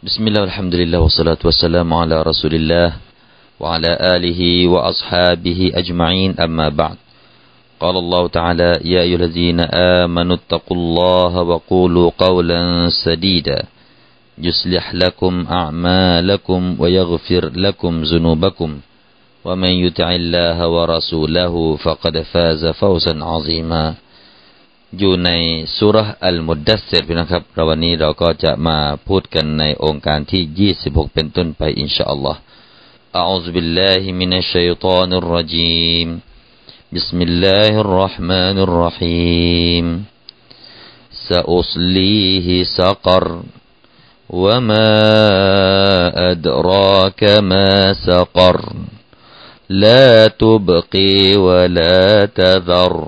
بسم الله والحمد لله والصلاة والسلام على رسول الله وعلى آله وأصحابه أجمعين أما بعد قال الله تعالى يا أيها الذين آمنوا اتقوا الله وقولوا قولا سديدا يصلح لكم أعمالكم ويغفر لكم ذنوبكم ومن يطع الله ورسوله فقد فاز فوزا عظيماอยู่ในซูเราะห์อัลมุดดัสซิรพี่น้องครับวันนี้เราก็จะมาพูดกันในองค์การที่26เป็นต้นไปอินชาอัลลอฮ์อะอูซุบิลลาฮิมินัชชัยฏอนิรเราะญีมบิสมิลลาฮิรเราะห์มานิรเราะฮีมซะอุศลีฮิซะกรวะมาอัดราคะมาซะกรลาตุบกีวะลาตะซัร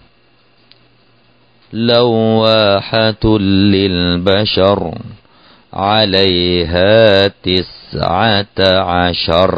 لواحة للبشر عليها 19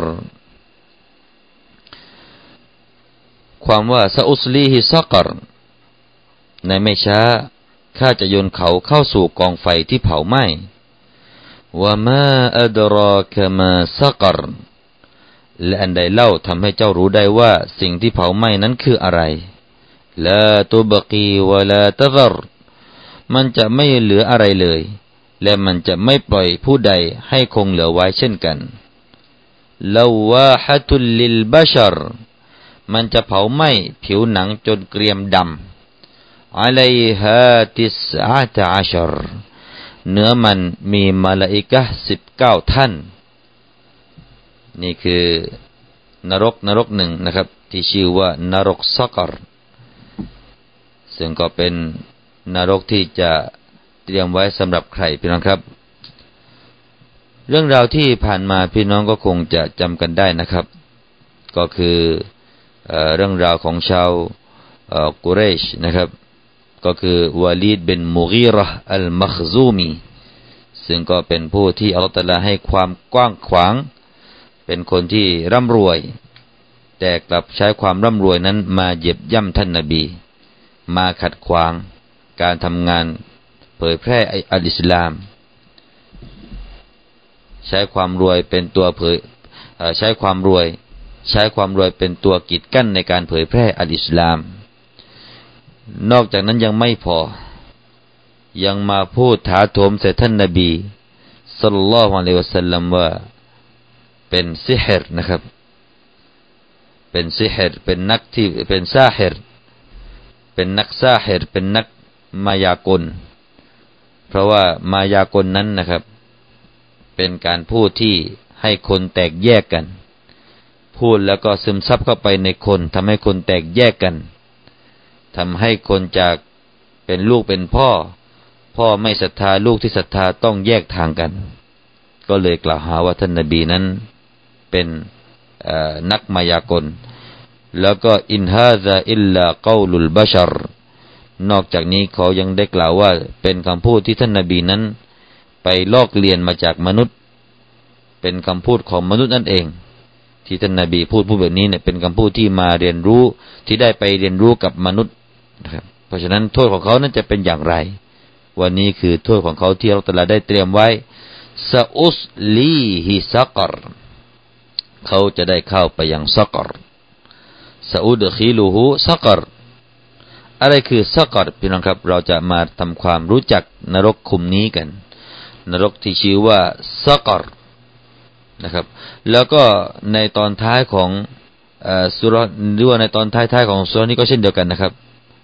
ความว่าซะอุศลีฮิซะกรในไม่ช้าข้าจะโยนเขาเข้าสู่กองไฟที่เผาไหม้วะมาอัดรากะมาซะกรและอันใดเล่าทำให้เจ้ารู้ได้ว่าสิ่งที่เผาไหม้นั้นคืออะไรลาตุบกีวะลาตะซัรมันจะไม่เหลืออะไรเลยและมันจะไม่ปล่อยผู้ใดให้คงเหลือไว้เช่นกันลาวาฮะตุลลิลบะชัรมันจะเผาไหม้ผิวหนังจนเกรียมดำอะลัยฮา19เนื้อมันมีมลาอิกะห์19ท่านนี่คือนรกหนึ่งนะครับที่ชื่อว่านรกซะกรซึ่งก็เป็นนรกที่จะเตรียมไว้สำหรับใครพี่น้องครับเรื่องราวที่ผ่านมาพี่น้องก็คงจะจำกันได้นะครับก็คือเรื่องราวของชาวกุเรชนะครับก็คือวาลีดบินมุกีเราะห์อัลมัคซูมีซึ่งก็เป็นผู้ที่อัลเลาะห์ตะอาลาให้ความกว้างขวางเป็นคนที่ร่ำรวยแต่กลับใช้ความร่ำรวยนั้นมาเหยียบย่ำท่านนบีมาขัดขวางการทำงานเผยแพร่อัลอิสลามใช้ความรวยเป็นตัวใช้ความรวยเป็นตัวกีดกั้นในการเผยแพร่อัลอิสลามนอกจากนั้นยังไม่พอยังมาพูดถาโถมใส่ท่านนบีศ็อลลัลลอฮุอะลัยฮิวะซัลลัมว่าเป็นซิฮรนะครับเป็นซิฮรเป็นนักที่เป็นซาฮิรเป็นนักซาฮิรเป็นนักมายากลเพราะว่ามายากลนั้นนะครับเป็นการพูดที่ให้คนแตกแยกกันพูดแล้วก็ซึมซับเข้าไปในคนทำให้คนแตกแยกกันทำให้คนจากเป็นลูกเป็นพ่อไม่ศรัทธาลูกที่ศรัทธาต้องแยกทางกันก็เลยกล่าวหาว่าท่านนบีนั้นเป็นนักมายากลแล้วก็อินฮาซาอิลลากอลุลบะชัรนอกจากนี้เขายังได้กล่าวว่าเป็นคำพูดที่ท่านนบีนั้นไปลอกเลียนมาจากมนุษย์เป็นคำพูดของมนุษย์นั่นเองที่ท่านนบีพูดแบบนี้เนี่ยเป็นคำพูดที่มาเรียนรู้ที่ได้ไปเรียนรู้กับมนุษย์นะครับเพราะฉะนั้นโทษของเขานั้นจะเป็นอย่างไรวันนี้คือโทษของเขาที่อัลเลาะห์ตะอาลาได้เตรียมไว้ซะอุศลีฮิซะกรเขาจะได้เข้าไปยังซะกรซะอุดคิลุฮูซะกรอะไรคือซะกรพี่น้องครับเราจะมาทำความรู้จักนรกคุมนี้กันนรกที่ชื่อว่าซะกรนะครับแล้วก็ในตอนท้ายของซูเราะห์หรือว่าในตอนท้ายๆของซูเราะห์นี้ก็เช่นเดียวกันนะครับ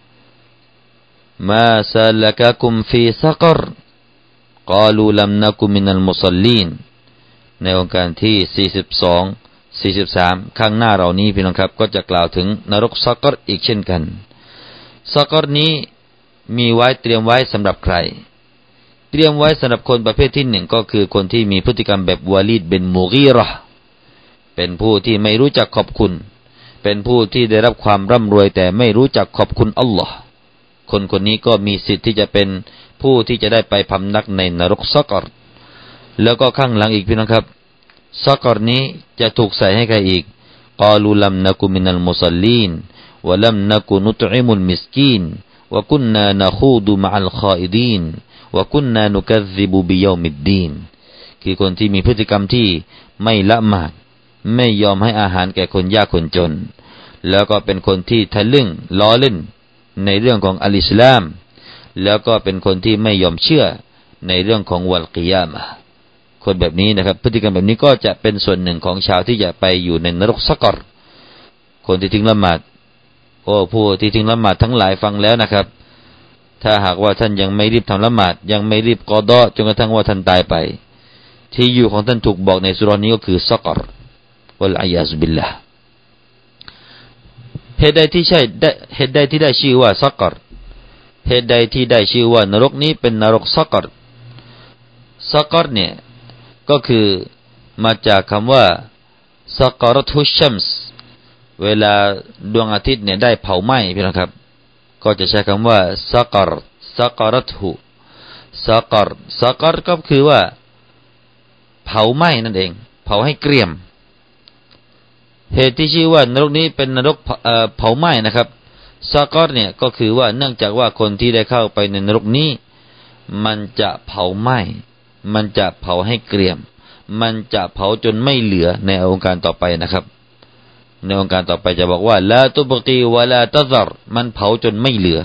มาซะละกะกุมฟีซะกรกาลูลัมนะกุมินัลมุศอลลีนในองค์การที่42 43ข้างหน้าเรานี้พี่น้องครับก็จะกล่าวถึงนรกซะกรอีกเช่นกันซะกรนี้มีไว้เตรียมไว้สำหรับใครเตรียมไว้สำหรับคนประเภทที่หนึ่งก็คือคนที่มีพฤติกรรมแบบวาลีดบินมุกีเราะห์เป็นผู้ที่ไม่รู้จักขอบคุณเป็นผู้ที่ได้รับความร่ำรวยแต่ไม่รู้จักขอบคุณอัลลอฮ์คนนี้ก็มีสิทธิ์ที่จะเป็นผู้ที่จะได้ไปพำนักในนรกซะกรแล้วก็ข้างหลังอีกพี่น้องครับซะกรนี้จะถูกใส่ให้ใครอีกกาลูลัมนะกุมินัลมุศอลลีนวะลัมนะกุนุตอิมุลมิสกีนวะกุนนานะคูดุมะอัลคออิดีนวะกุนนานุกัซซิบุบิยอมิดดีนคือคนที่มีพฤติกรรมที่ไม่ละหมาดไม่ยอมให้อาหารแก่คนยากคนจนแล้วก็เป็นคนที่ทะลึ่งล้อเล่นในเรื่องของอัลอิสลามแล้วก็เป็นคนที่ไม่ยอมเชื่อในเรื่องของวัลกิยามะห์คนแบบนี้นะครับพฤติกรรมแบบนี้ก็จะเป็นส่วนหนึ่งของชาวที่จะไปอยู่ในนรกซักรคนที่ทิ้งละหมาดผู้ที่ทิ้งละหมาดทั้งหลายฟังแล้วนะครับถ้าหากว่าท่านยังไม่รีบทำละหมาดยังไม่รีบกอฎอจนกระทั่งว่าท่านตายไปที่อยู่ของท่านถูกบอกในสุรานี้ก็คือซักรวัลอียาซุบิลลาห์เหตุใดที่ได้ชื่อว่าซักรเหตุใดที่ได้ชื่อว่านรกนี้เป็นนรกซักรซักรเนี่ยก็คือมาจากคำว่าซักรตุชัมส์เวลาดวงอาทิตย์เนี่ยได้เผาไหม้พี่น้องครับก็จะใช้คำว่าซักรตุซักรก็คือว่าเผาไหม้นั่นเองเผาให้เกรียมเหตุที่ชื่อว่านรกนี้เป็นนรกเผาไหม้นะครับซักรเนี่ยก็คือว่าเนื่องจากว่าคนที่ได้เข้าไปในนรกนี้มันจะเผาไหม้มันจะเผาให้เกรียมมันจะเผาจนไม่เหลือในองค์การต่อไปนะครับในองค์การต่อไปจะบอกว่าลาตุบกีวะลาตะซัรมันเผาจนไม่เหลือ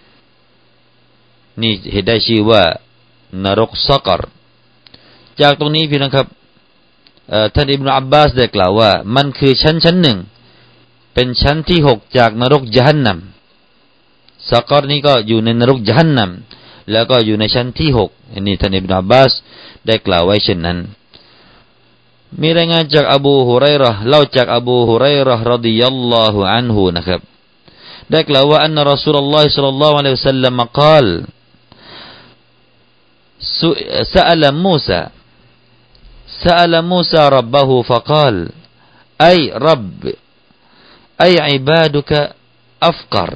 นี่เหตุได้ชื่อว่านรกซักรจากตรงนี้พี่นะครับท่านอิบนุอับบาสได้กล่าวว่ามันคือชั้นหนึ่งเป็นชั้นที่6จากนรกญะฮันนัมซักรนี้ก็อยู่ในนรกญะฮันนัมแล้วก็อยู่ในชั้นที่6อันนี้ท่านอิบนุอับบาสได้กล่าวไว้เช่นนั้นมีรายงานจากอบูฮุไรเราะห์เล่าจากอบูฮุไรเราะห์รฎิยัลลอฮุอันฮุนะครับได้กล่าวว่าอันรอซูลุลลอฮิศ็อลลัลลอฮุอะลัยฮิวะซัลลัมกล่าวسأل موسى ربه فقال أي رب أي عبادك أفقر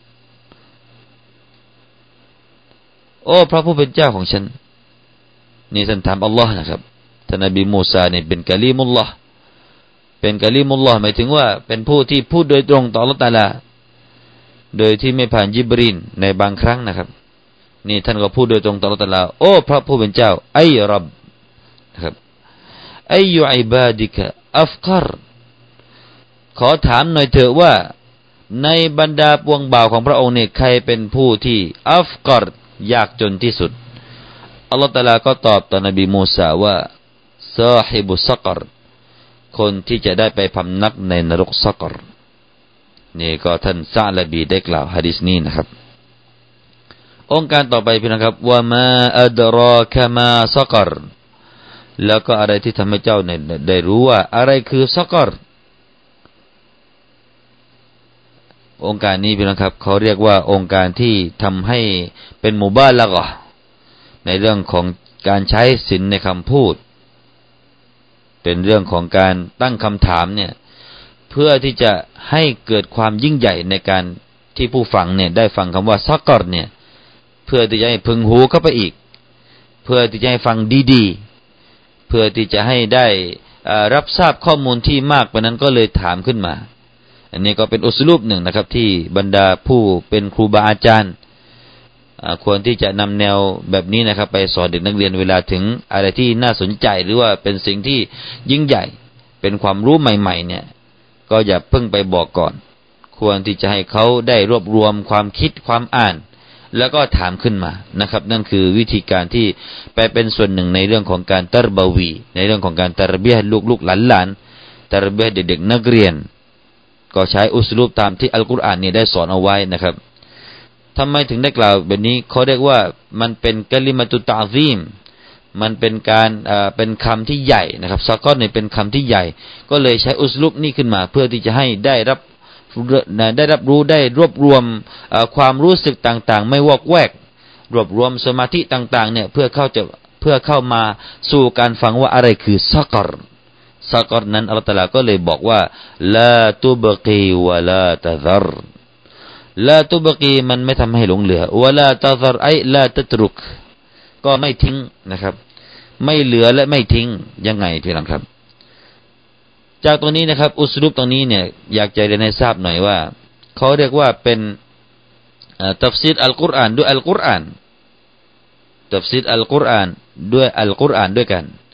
โอ้พระผู้เป็นเจ้าของฉันนี่ท่านถามอัลลอฮ์นะครับท่านนบีมูซาเนี่ยเป็นกะลีมุลลอฮ์หมายถึงว่าเป็นผู้ที่พูดโดยตรงต่ออัลเลาะห์ตะอาลาโดยที่ไม่ผ่านญิบรีลในบางครั้งนะครับนี่ท่านก็พูดโดยตรงต่ออัลเลาะห์ตะอาลาโอ้พระผู้เป็นเจ้าไอ้ร็อบนะครับอัยยุอิบาดิกะอัฟกรขอถามหน่อยเถอะว่าในบรรดาปวงบ่าวของพระองค์เนี่ยใครเป็นผู้ที่อัฟกรยากจนที่สุดอัลลอฮฺตะอาลาก็ตอบต่อนบีมูซาว่าซาฮิบุซักรคนที่จะได้ไปพำนักในนรกซักรนี่ก็ท่านซะลาบีได้กล่าวหะดีษนี้นะครับองค์การต่อไปพี่นะครับว่ามาอัดรอกะมาซักรแล้วก็อะไรที่ทำให้เจ้าเนี่ยได้รู้ว่าอะไรคือซักรองค์การนี้พี่นะครับเขาเรียกว่าองค์การที่ทำให้เป็นมุบาละกะห์ในเรื่องของการใช้สินในคำพูดเป็นเรื่องของการตั้งคำถามเนี่ยเพื่อที่จะให้เกิดความยิ่งใหญ่ในการที่ผู้ฟังเนี่ยได้ฟังคำว่าซักรเนี่ยเพื่อที่จะให้พึงหูเข้าไปอีกเพื่อที่จะให้ฟังดีๆเพื่อที่จะให้ได้รับทราบข้อมูลที่มากกว่านั้นก็เลยถามขึ้นมาอันนี้ก็เป็นอุสลูปหนึ่งนะครับที่บรรดาผู้เป็นครูบาอาจารย์ควรที่จะนำแนวแบบนี้นะครับไปสอนเด็กนักเรียนเวลาถึงอะไรที่น่าสนใจหรือว่าเป็นสิ่งที่ยิ่งใหญ่เป็นความรู้ใหม่ๆเนี่ยก็อย่าเพิ่งไปบอกก่อนควรที่จะให้เขาได้รวบรวมความคิดความอ่านแล้วก็ถามขึ้นมานะครับนั่นคือวิธีการที่ไปเป็นส่วนหนึ่งในเรื่องของการตัรบาวีในเรื่องของการตัรบียะห์ลูกๆหลานๆตัรบียะห์เด็กๆนักเรียนก็ใช้อุสลูปตามที่อัลกุรอานนี่ได้สอนเอาไว้นะครับทำไมถึงได้กล่าวแบบนี้เขาเรียกว่ามันเป็นกะลิมะตุตะซีมมันเป็นการเป็นคำที่ใหญ่นะครับซักรเนี่ยเป็นคำที่ใหญ่ก็เลยใช้อุสลูปนี้ขึ้นมาเพื่อที่จะให้ได้รับรู้ได้รวบรวมความรู้สึกต่างๆไม่วอกแวกรวบรวมสมาธิต่างๆเนี่ยเพื่อเข้ามาสู่การฟังว่าอะไรคือซักรนั้นอัลเลาะห์ตะอาลาก็เลยบอกว่าลาตุบกีวะลาตะซัรลาตุบกีมันไม่ทำให้หลงเหลือวะลาตะซัรไอลาตะตรุกก็ไม่ทิ้งนะครับไม่เหลือและไม่ทิ้งยังไงพี่น้องครับจากตรงนี้นะครับอุสลุปตรงนี้เนี่ยอยากจะเรียนให้ทราบหน่อยว่าเขาเรียกว่าเป็นตัฟซีรอัลกุรอานด้วยอัลกุรอานตัฟซีรอัลกุรอานด้วยอัลกุรอานด้วยกัน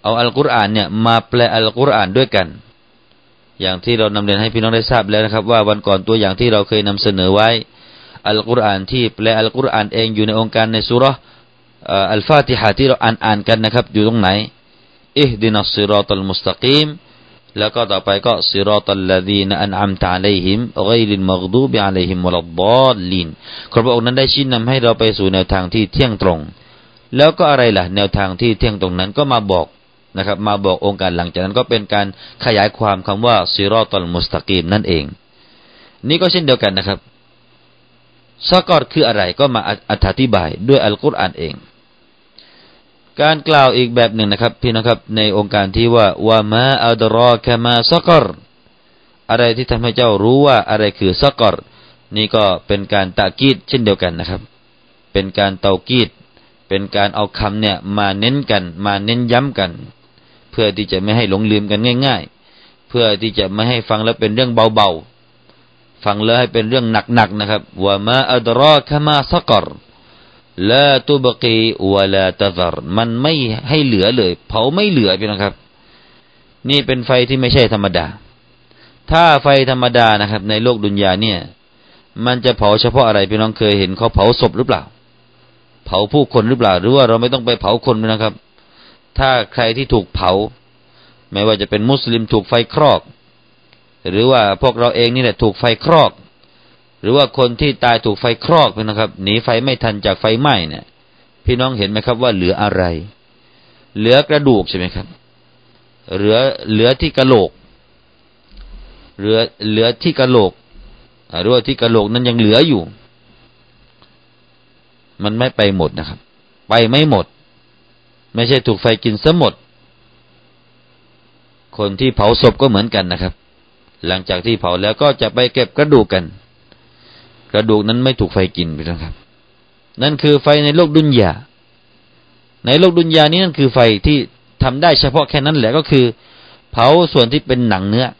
เอาอัลกุรอานเนี่ยมาแปลอัลกุรอานด้วยกันอย่างที่เรานำเรียนให้พี่น้องได้ทราบแล้วนะครับว่าวันก่อนตัวอย่างที่เราเคยนำเสนอไว้อัลกุรอานที่แปลอัลกุรอานเองอยู่ในองค์การในซูเราะห์อัลฟาติฮะที่เราอ่านกันนะครับอยู่ตรงไหนอิฮดินัสซิรอตัลมุสตะกีมแล้วก็ต่อไปก็ซิรอตัลลซีนอันอัมตะอะลัยฮิมฆอยริลมัฆดูบิอะลัยฮิมวะลัดฎอลลีนพระองค์นั้นได้ชี้นำให้เราไปสู่แนวทางที่เที่ยงตรงแล้วก็อะไรล่ะแนวทางที่เที่ยงตรงนั้นก็มาบอกนะครับมาบอกองค์การหลังจากนั้นก็เป็นการขยายความคำว่าซิรอตัลมุสตะกีมนั่นเองนี่ก็เช่นเดียวกันนะครับซะกอรคืออะไรก็มาอธิบายด้วยอัลกุรอานเองการกล่าวอีกแบบหนึ่งนะครับพี่นะครับในองค์การที่ว่าวะมาอัดรอกะมาซะกอรอะไรที่ทำให้เจ้ารู้ว่าอะไรคือซะกอรนี่ก็เป็นการตะกีดเช่นเดียวกันนะครับเป็นการเตากีดเป็นการเอาคำเนี่ยมาเน้นกันมาเน้นย้ำกันเพื่อที่จะไม่ให้หลงลืมกันง่ายๆเพื่อที่จะไม่ให้ฟังแล้วเป็นเรื่องเบาๆฟังแล้วให้เป็นเรื่องหนักๆนะครับวะมาอัดรอกะมาซะกอรลาตุบกีวะลาตะซัรมันไม่ให้เหลือเลยเผาไม่เหลือพี่น้องครับนี่เป็นไฟที่ไม่ใช่ธรรมดาถ้าไฟธรรมดานะครับในโลกดุนยาเนี่ยมันจะเผาเฉพาะอะไรพี่น้องเคยเห็นเขาเผาศพหรือเปล่าเผาผู้คนหรือเปล่าหรือว่าเราไม่ต้องไปเผาคนนะครับถ้าใครที่ถูกเผาไม่ว่าจะเป็นมุสลิมถูกไฟคลอกหรือว่าพวกเราเองนี่แหละถูกไฟคลอกหรือว่าคนที่ตายถูกไฟคลอกนะครับหนีไฟไม่ทันจากไฟไหม้เนี่ยพี่น้องเห็นไหมครับว่าเหลืออะไรเหลือกระดูกใช่ไหมครับเหลือที่กะโหลกเหลือที่กะโหลกหรือว่าที่กะโหลกนั้นยังเหลืออยู่มันไม่ไปหมดนะครับไปไม่หมดไม่ใช่ถูกไฟกินซะหมดคนที่เผาศพก็เหมือนกันนะครับหลังจากที่เผาแล้วก็จะไปเก็บกระดูกกันกระดูกนั้นไม่ถูกไฟกินไปนะครับนั่นคือไฟในโลกดุนยาในโลกดุนยานี้นั่นคือไฟที่ทำได้เฉพาะแค่นั้นแหละก็คือเผาส่วนที่เป็นหนังเนื้อ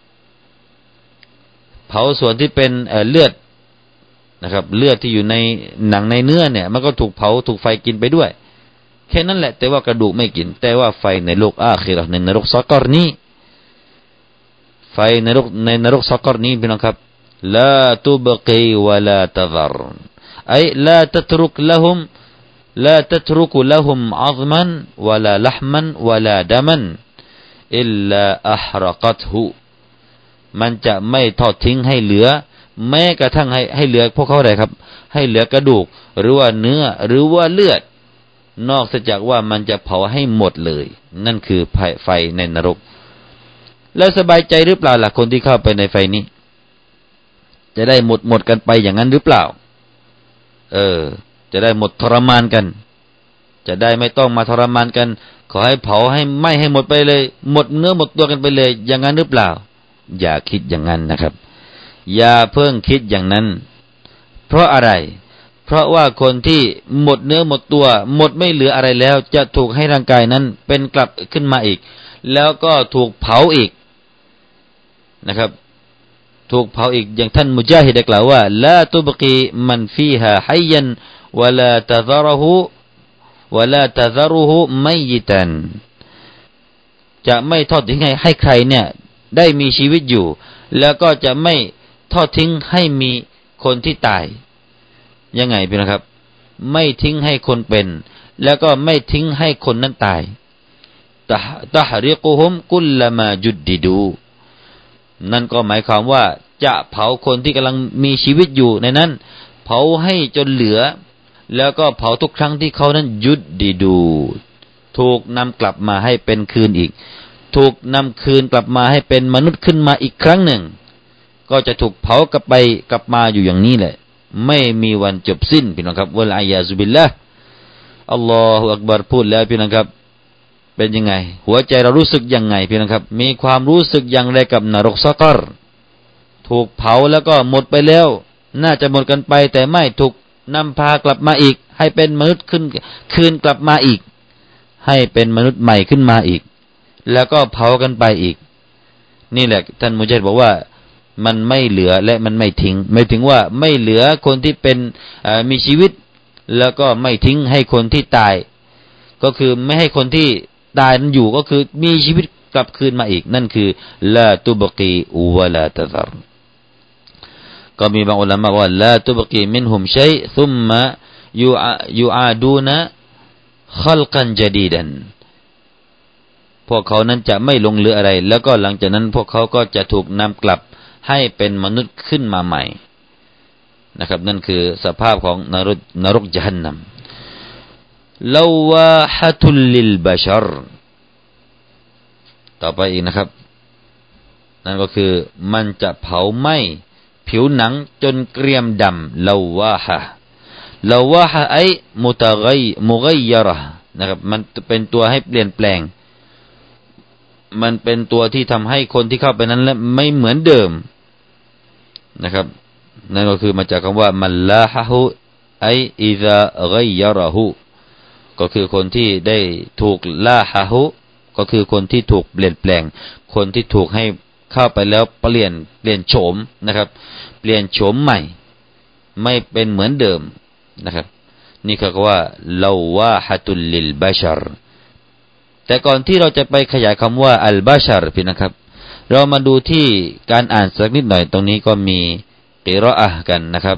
เผาส่วนที่เป็นเลือดนะครับเลือดที่อยู่ในหนังในเนื้อเนี่ยมันก็ถูกเผาถูกไฟกินไปด้วยแค่นั้นแหละแต่ว่ากระดูกไม่กินแต่ว่าไฟในโลกอาคิเราะห์ในนรกซะกอรนี้ไฟในนรกซะกอรนี้พี่น้องครับلا تبقي ولا تذر أي لا تترك لهم عظما ولا لحما ولا دما إلا أحرقته มันจะไม่ทอดทิ้งให้เหลือแม้กระทั่งให้เหลือพวกเขาอะไรครับให้เหลือกระดูกหรือว่าเนื้อหรือว่าเลือดนอกจากว่ามันจะเผาให้หมดเลยนั่นคือไฟในนรกแล้วสบายใจหรือเปล่าล่ะคนที่เข้าไปในไฟนี้จะได้หมดกันไปอย่างนั้นหรือเปล่าจะได้หมดทรมานกันจะได้ไม่ต้องมาทรมานกันขอให้เผาให้ไหม้ให้หมดไปเลยหมดเนื้อหมดตัวกันไปเลยอย่างนั้นหรือเปล่าอย่าคิดอย่างนั้นนะครับอย่าเพิ่งคิดอย่างนั้นเพราะอะไรเพราะว่าคนที่หมดเนื้อหมดตัวหมดไม่เหลืออะไรแล้วจะถูกให้ร่างกายนั้นเป็นกลับขึ้นมาอีกแล้วก็ถูกเผาอีกนะครับถูกเผาอีกอย่างท่านมุญาฮิดได้กล่าวว่าลาตุบกีมันฟีฮาฮัยยันวะลาตะซะรุฮุมัยยิตันจะไม่ทอดทิ้งให้ใครเนี่ยได้มีชีวิตอยู่แล้วก็จะไม่ทอดทิ้งให้มีคนที่ตายยังไงพี่นะครับไม่ทิ้งให้คนเป็นแล้วก็ไม่ทิ้งให้คนนั้นตายตะฮริกุฮุมกุลลมาจุดดิดูนั่นก็หมายความว่าจะเผาคนที่กำลังมีชีวิตอยู่ในนั้นเผาให้จนเหลือแล้วก็เผาทุกครั้งที่เขานั้นยุดดีดูถูกนำกลับมาให้เป็นคืนอีกถูกนำคืนกลับมาให้เป็นมนุษย์ขึ้นมาอีกครั้งหนึ่งก็จะถูกเผากลับไปกลับมาอยู่อย่างนี้แหละไม่มีวันจบสิ้นพี่น้องครับวะลายาซุบิลละอัลลอฮฺอักบัรพูดแล้วพี่น้องครับเป็นยังไงหัวใจเรารู้สึกยังไงพี่น้องครับมีความรู้สึกอย่างไรกับนรกซะกอรถูกเผาแล้วก็หมดไปแล้วน่าจะหมดกันไปแต่ไม่ถูกนำพากลับมาอีกให้เป็นมนุษย์คืนกลับมาอีกให้เป็นมนุษย์ใหม่ขึ้นมาอีกแล้วก็เผากันไปอีกนี่แหละท่านมุญาฮิดบอกว่ามันไม่เหลือและมันไม่ทิ้งไม่ถึงว่าไม่เหลือคนที่เป็นมีชีวิตแล้วก็ไม่ทิ้งให้คนที่ตายก็คือไม่ให้คนที่ตายนั้นอยู่ก็คือมีชีวิตกลับคืนมาอีกนั่นคือลาตุบกีวะลาตะซัรก็มีบางอุลามะว่าลาตุบกีมินฮุมชัยซุมมะยูอาดูนะคัลกันญะดีดันพวกเขานั้นจะไม่ลงเหลืออะไรแล้วก็หลังจากนั้นพวกเขาก็จะถูกนำกลับให้เป็นมนุษย์ขึ้นมาใหม่นะครับนั่นคือสภาพของนรกญะฮันนัมลาวาฮะตุลลิลบะชัรต่อไปอีกนะครับนั่นก็คือมันจะเผาไหม้ผิวหนังจนเกรียมดำลาวาฮะไอมุกัยยะเราะห์นะครับมันเป็นตัวให้เปลี่ยนแปลงมันเป็นตัวที่ทำให้คนที่เข้าไปนั้นและไม่เหมือนเดิมนะครับนั่นก็คือมาจากคำว่ามัลลาฮะฮูไออิซากัยยะเราะฮูก็คือคนที่ได้ถูกลาฮะฮูก็คือคนที่ถูกเปลี่ยนแปลงคนที่ถูกให้เข้าไปแล้วเปลี่ยนโฉมนะครับเปลี่ยนโฉมใหม่ไม่เป็นเหมือนเดิมนะครับนี่คือคำว่าลาวาฮะตุลลิลบะชัรแต่ก่อนที่เราจะไปขยายคำว่าอัลบะชัรพี่นะครับเรามาดูที่การอ่านสักนิดหน่อยตรงนี้ก็มีกิรออะห์กันนะครับ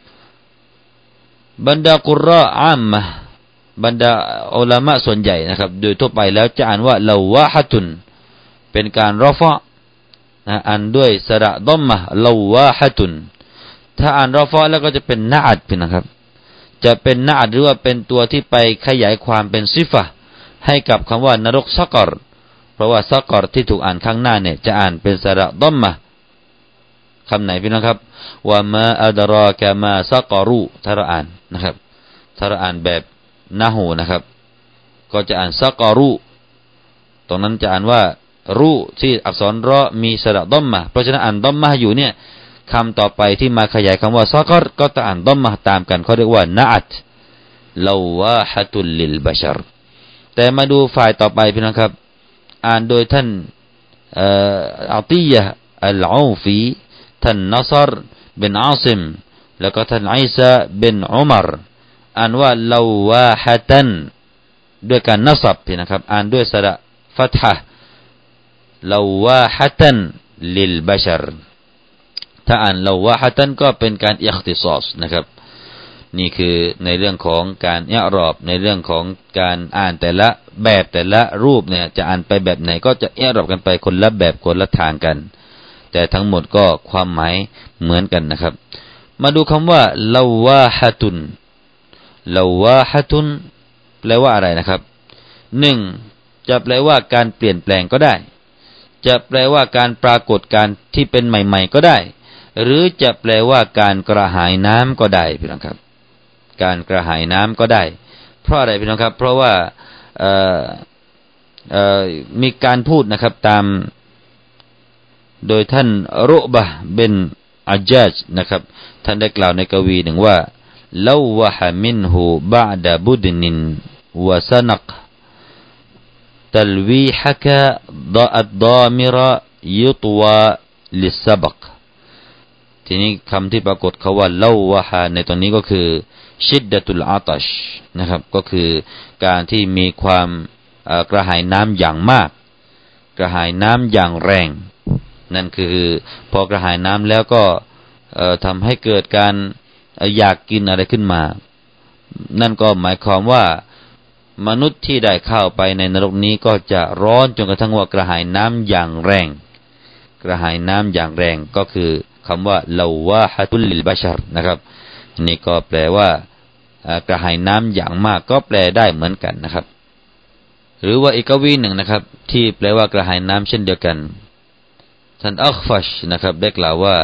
บรรดากุรเราะห์อามมะห์บรรดาอุลามะส่วนใหญ่นะครับโดยทั่วไปแล้วจะอ่านว่าลาวาฮะตุนเป็นการรอฟะนะอ่านด้วยสระดัมมะห์ลาวาฮะตุนถ้าอ่านรอฟะแล้วก็จะเป็นนะอัดพี่นะครับจะเป็นนะอัดหรือว่าเป็นตัวที่ไปขยายความเป็นซิฟะห์ให้กับคำว่านรกซักรเพราะว่าซักรที่ถูกอ่านข้างหน้าเนี่ยจะอ่านเป็นสระดัมมะห์คำไหนพี่น้องครับว่ามาอัดรากะมาซักรูถ้าเราอ่านนะครับถ้าเราอ่านแบบนะฮูนะครับก็จะอ่านซักรูตรงนั้นจะอ่านว่ารูที่อักษรรอมีสระดัมมะห์เพราะฉะนั้นอ่านดัมมะห์อยู่เนี่ยคำต่อไปที่มาขยายคำว่าซักรก็จะอ่านดัมมะห์ตามกันเขาเรียกว่านะอัตลาวาฮะตุลลิลบะชัรแต่มาดูฝ่ายต่อไปพี่น้องครับอ่านโดยท่านอัตียะห์อัลอูฟีท่านนัศรบินอาซิมแล้วก็ท่านอีซาบินอุมัรอ่านว่าลาวาฮะตันด้วยการนัศบพี่นะครับอ่านด้วยสระฟัตฮะลาวาฮะตันลิลบะชัรถ้าอ่านลาวาฮะตันก็เป็นการอิคติศอศนะครับนี่คือในเรื่องของการอิอรอบในเรื่องของการอ่านแต่ละแบบแต่ละรูปเนี่ยจะอ่านไปแบบไหนก็จะอิอรอบกันไปคนละแบบคนละทางกันแต่ทั้งหมดก็ความหมายเหมือนกันนะครับมาดูคำว่าลาวาฮะตุนลาวาฮะตุนแปลว่าอะไรนะครับหนึ่งจะแปลว่าการเปลี่ยนแปลงก็ได้จะแปลว่าการปรากฏการที่เป็นใหม่ๆก็ได้หรือจะแปลว่าการกระหายน้ำก็ได้พี่น้องครับการกระหายน้ำก็ได้เพราะอะไรพี่น้องครับเพราะว่ามีการพูดนะครับตามโดยท่านรุบะห์บินอัจญาจนะครับท่านได้กล่าวในกวีหนึ่งว่าลาวะฮะมินฮูบะอ์ดะบุดนินวะซะนักตัลวีฮะกะดะอัดดามิระยุตวาลิสซะบักทีนี้คำที่ปรากฏคำว่าลาวะฮะในตรงนี้ก็คือชิดดะตุลอาตัชนะครับก็คือการที่มีความกระหายน้ำอย่างมากกระหายน้ำอย่างแรงนั่นคือพอกระหายน้ำแล้วก็ทำให้เกิดการอยากกินอะไรขึ้นมานั่นก็หมายความว่ามนุษย์ที่ได้เข้าไปในนรกนี้ก็จะร้อนจนกระทั่งว่ากระหายน้ำอย่างแรงกระหายน้ำอย่างแรงก็คือคำว่าลาวาฮะตุลลิลบะชัรนะครับนี่ก็แปลว่ากระหายน้ำอย่างมากก็แปลได้เหมือนกันนะครับหรือว่าอีกกวีหนึ่งนะครับที่แปลว่ากระหายน้ำเช่นเดียวกันท่านอัคฟัชนะครับได้กล่าวว่า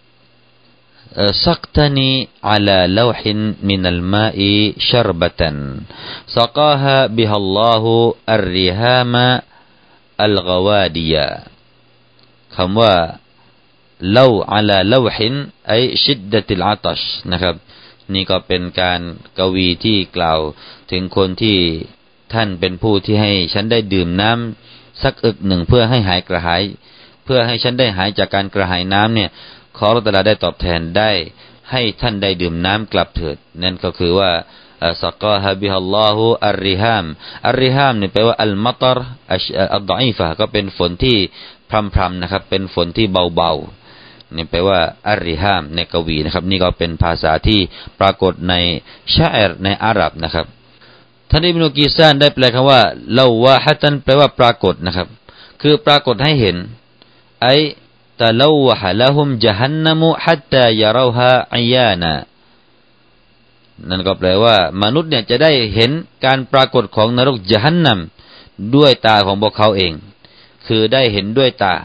سقتني على لوح من الماء شربة سقاها بها الله الرهام الغوادية คำว่าเล่าอะลาเล่าหินไอชิดดะติลอาตัชนะครับนี่ก็เป็นการกวีที่กล่าวถึงคนที่ท่านเป็นผู้ที่ให้ฉันได้ดื่มน้ำสักอึกหนึ่งเพื่อให้หายกระหายเพื่อให้ฉันได้หายจากการกระหายน้ำเนี่ยขออัลเลาะห์ตะอาลาได้ตอบแทนได้ให้ท่านได้ดื่มน้ำกลับเถิดนั่นก็คือว่าซากาฮะบิฮัลลอฮุอัรริฮามอัรริฮามนี่แปลว่าอัลมัตรอัลฎออีฟะก็เป็นฝนที่พรำๆนะครับเป็นฝนที่เบาๆนี่แปลว่าอัรริฮามในกวีนะครับนี่ก็เป็นภาษาที่ปรากฏในชะอิรในอาหรับนะครับท่านอิบนุกีซานได้แปลคำว่าลาวะฮะตันแปลว่าปรากฏนะครับคือปรากฏให้เห็นไอตะลาวะฮะละฮุมญะฮันนัมฮัตตายะเราฮาอิยานะนั่นก็แปลว่ามนุษย์เนี่ยจะได้เห็นการปรากฏของนรกญะฮันนัมด้วยตาของพวกเขาเองคือได้เห็นด้วยตา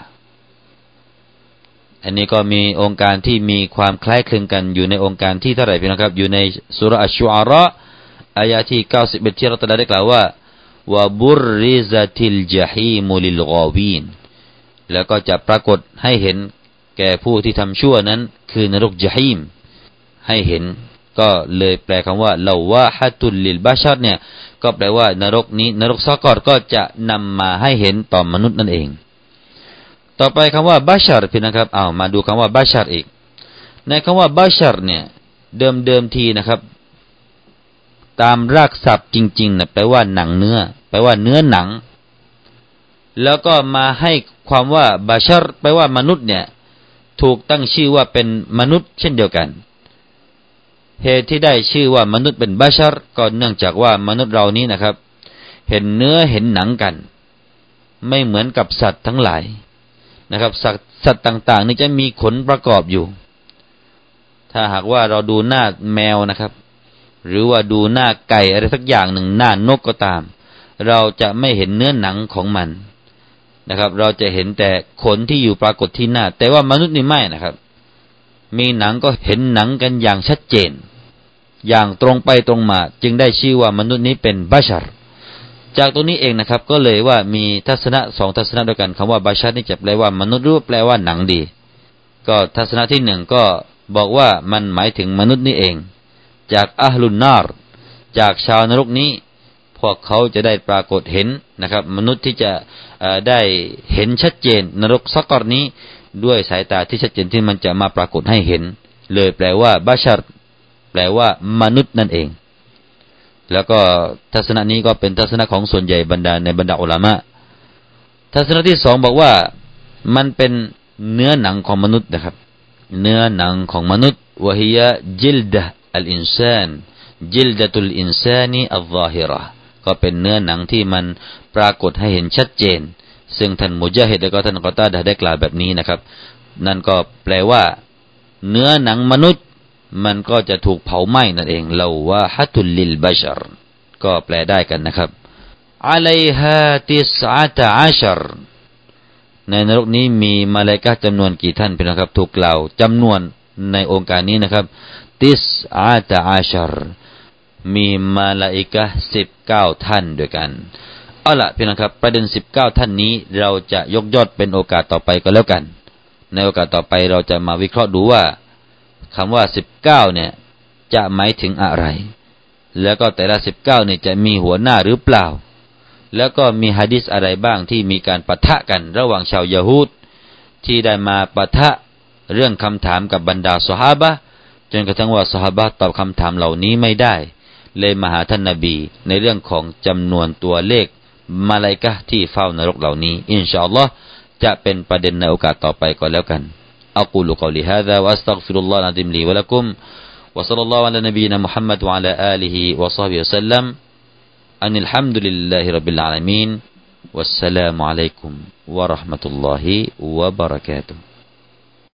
อันนี้ก็มีองค์การที่มีความคล้ายคลึงกันอยู่ในองค์การที่เท่าไหร่พี่น้องครับอยู่ในซูเราะห์อัชชุอาเราะห์อายะที่91ที่เราตรัสได้กล่าวว่าวะบุรริซะติลญะฮีมุลิลฆอวีนแล้วก็จะปรากฏให้เห็นแก่ผู้ที่ทำชั่วนั้นคือนรกญะฮีมให้เห็นก็เลยแปลคำว่าลาวะฮะตุลลิลบะชัรเนี่ยก็แปลว่านรกนี้นรกซากอรก็จะนำมาให้เห็นต่อมนุษย์นั่นเองต่อไปคำว่าบะชัรพี่นะครับมาดูคำว่าบะชัรอีกในคำว่าบะชัรเนี่ยเดิมทีนะครับตามรากศัพท์จริงๆนะแปลว่าหนังเนื้อแปลว่าเนื้อหนังแล้วก็มาให้ความว่าบะชัรแปลว่ามนุษย์เนี่ยถูกตั้งชื่อว่าเป็นมนุษย์เช่นเดียวกันเหตุที่ได้ชื่อว่ามนุษย์เป็นบะชัรก็เนื่องจากว่ามนุษย์เรานี้นะครับเห็นเนื้อเห็นหนังกันไม่เหมือนกับสัตว์ทั้งหลายนะครับสัตว์ต่างๆนี่จะมีขนประกอบอยู่ถ้าหากว่าเราดูหน้าแมวนะครับหรือว่าดูหน้าไก่อะไรสักอย่างหนึ่งหน้านกก็ตามเราจะไม่เห็นเนื้อหนังของมันนะครับเราจะเห็นแต่ขนที่อยู่ปรากฏที่หน้าแต่ว่ามนุษย์นี่ไม่นะครับมีหนังก็เห็นหนังกันอย่างชัดเจนอย่างตรงไปตรงมาจึงได้ชื่อว่ามนุษย์นี้เป็นบะชัรจากตรงนี้เองนะครับก็เลยว่ามีทัศนะ2ทัศนะด้วยกันคำว่าบะชัรนี่จะแปลว่ามนุษย์หรือแปลว่าหนังดีก็ทัศนะที่1ก็บอกว่ามันหมายถึงมนุษย์นี่เองจากอะฮลุนนารจากชาวนรกนี้พวกเขาจะได้ปรากฏเห็นนะครับมนุษย์ที่จะได้เห็นชัดเจนนรกซักรนี้ด้วยสายตาที่ชัดเจนที่มันจะมาปรากฏให้เห็นเลยแปลว่าบะชัรแปลว่ามนุษย์นั่นเองแล้วก็ทัศนะนี้ก็เป็นทัศนะของส่วนใหญ่บรรดาอุลามะทัศนะที่2บอกว่ามันเป็นเนื้อหนังของมนุษย์นะครับเนื้อหนังของมนุษย์วะฮิยะจิลดะอัลอินซานจิลดะตุลอินซานีอัลซอฮิเราะห์ก็เป็นเนื้อหนังที่มันปรากฏให้เห็นชัดเจนซึ่งท่านมุญาฮิดและก็ท่านกอตาดะห์ได้กล่าวแบบนี้นะครับนั่นก็แปลว่าเนื้อหนังมนุษย์มันก็จะถูกเผาไหม้นั่นเองลาวะฮะตุลลิลบะชัรก็แปลได้กันนะครับอะลัยฮาติสอะตะอัชรในนรกนี้มีมลาอิกะฮ์จำนวนกี่ท่านพี่น้องครับถูกกล่าวจำนวนในองค์การนี้นะครับติสอะตะอัชรมีมลาอิกะฮ์19ท่านด้วยกันเอาล่ะพี่น้องครับประเด็น19ท่านนี้เราจะยกยอดเป็นโอกาสต่อไปก็แล้วกันในโอกาสต่อไปเราจะมาวิเคราะห์ดูว่าคำว่า19เนี่ยจะหมายถึงอะไรแล้วก็แต่ละ19เนี่ยจะมีหัวหน้าหรือเปล่าแล้วก็มีหะดีษอะไรบ้างที่มีการปะทะกันระหว่างชาวยะฮูดที่ได้มาปะทะเรื่องคำถามกับบรรดาซอฮาบะห์จนกระทั่งว่าซอฮาบะห์ตอบคำถามเหล่านี้ไม่ได้เลยมาหาท่านนบีในเรื่องของจำนวนตัวเลขมลาอิกะฮ์ที่เฝ้านรกเหล่านี้อินชาอัลลอฮ์จะเป็นประเด็นในโอกาสต่อไปก็แล้วกันأقول قولي هذا وأستغفر الله العظيم لي ولكم وصلى الله على نبينا محمد وعلى آله وصحبه وسلم أن الحمد لله رب العالمين والسلام عليكم ورحمة الله وبركاته